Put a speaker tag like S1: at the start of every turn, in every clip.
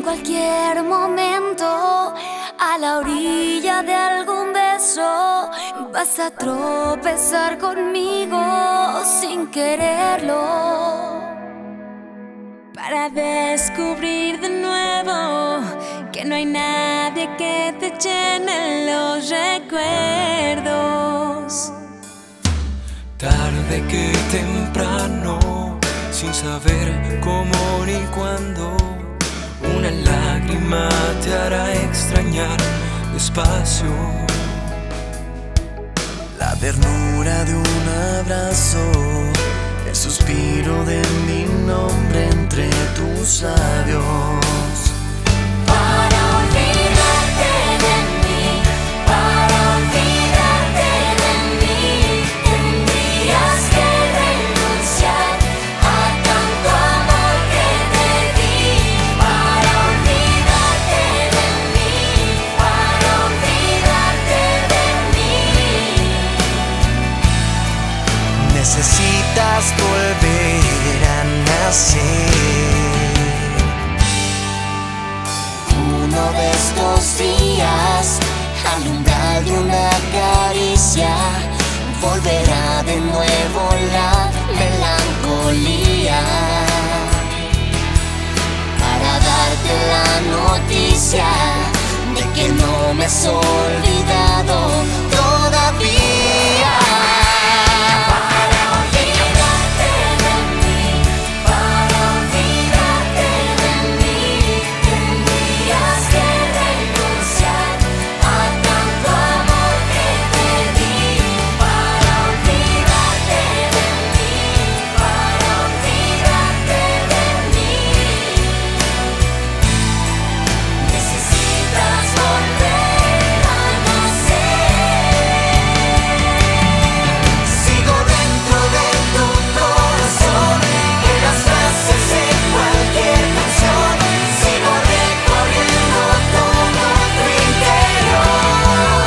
S1: cualquier momento, a la orilla de algún beso, vas a tropezar conmigo sin quererlo,
S2: para descubrir de nuevo que no hay nadie que te llene los recuerdos.
S3: Tarde que temprano, sin saber cómo ni cuándo, una lágrima te hará extrañar despacio la ternura de un abrazo, el suspiro de mi nombre entre tus labios.
S1: para olvidarte de mí, para olvidarte de mí, tendrías que renunciar a tanto amor que te di. Para olvidarte de mí, para olvidarte de mí.
S3: Necesitas volver a nacer.
S1: Uno de estos días, al umbral de una caricia, volverá de nuevo la melancolía, para darte la noticia de que no me has olvidado todavía. Para olvidarte de mí, para olvidarte de mí, tendrías que renunciar a tanto amor que te di. Para olvidarte de mí, para olvidarte de mí, necesitas volver a nacer. Sigo dentro de tu corazón, en las frases de cualquier canción. Sigo recorriendo todo tu interior.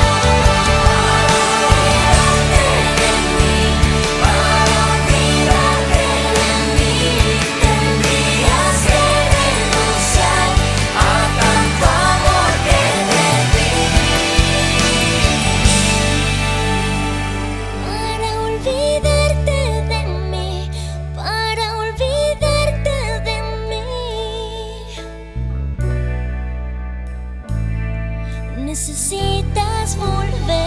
S1: Para olvidarte de mí, tendrías que renunciar a tanto amor que te di. Para olvidarte de mí, para olvidarte de mí, necesitas volver.